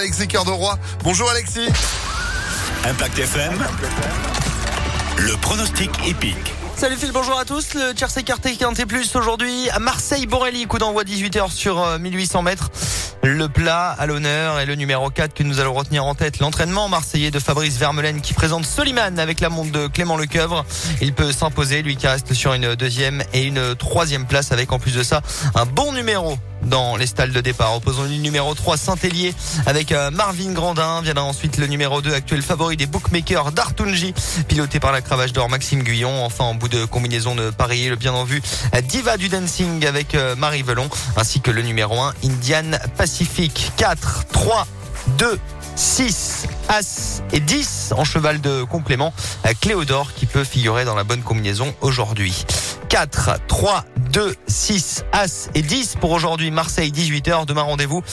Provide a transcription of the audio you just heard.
Alexis Cœur de Roi. Bonjour Alexis. Impact FM, le pronostic épique. Salut Phil, bonjour à tous. Le tiercé écarté Quintet Plus aujourd'hui à Marseille-Borelli, coup d'envoi 18h sur 1800 mètres. Le plat à l'honneur et le numéro 4 que nous allons retenir en tête, l'entraînement marseillais de Fabrice Vermeulen qui présente Soliman avec la montre de Clément Lecoeuvre. Il peut s'imposer, lui qui reste sur une deuxième et une troisième place avec en plus de ça un bon numéro dans les stalles de départ. Opposons le numéro 3 Saint-Hélier avec Marvin Grandin. Viendra ensuite le numéro 2 actuel favori des bookmakers D'Artunji, piloté par la cravache d'or Maxime Guyon. Enfin en bout de combinaison de parier, le bien en vue Diva du Dancing avec Marie Velon, ainsi que le numéro 1 Indian Pacific. 4, 3, 2, 6, As et 10 en cheval de complément. Cléodore qui peut figurer dans la bonne combinaison aujourd'hui. 4, 3, 2, 6, As et 10 pour aujourd'hui. Marseille 18h. Demain rendez-vous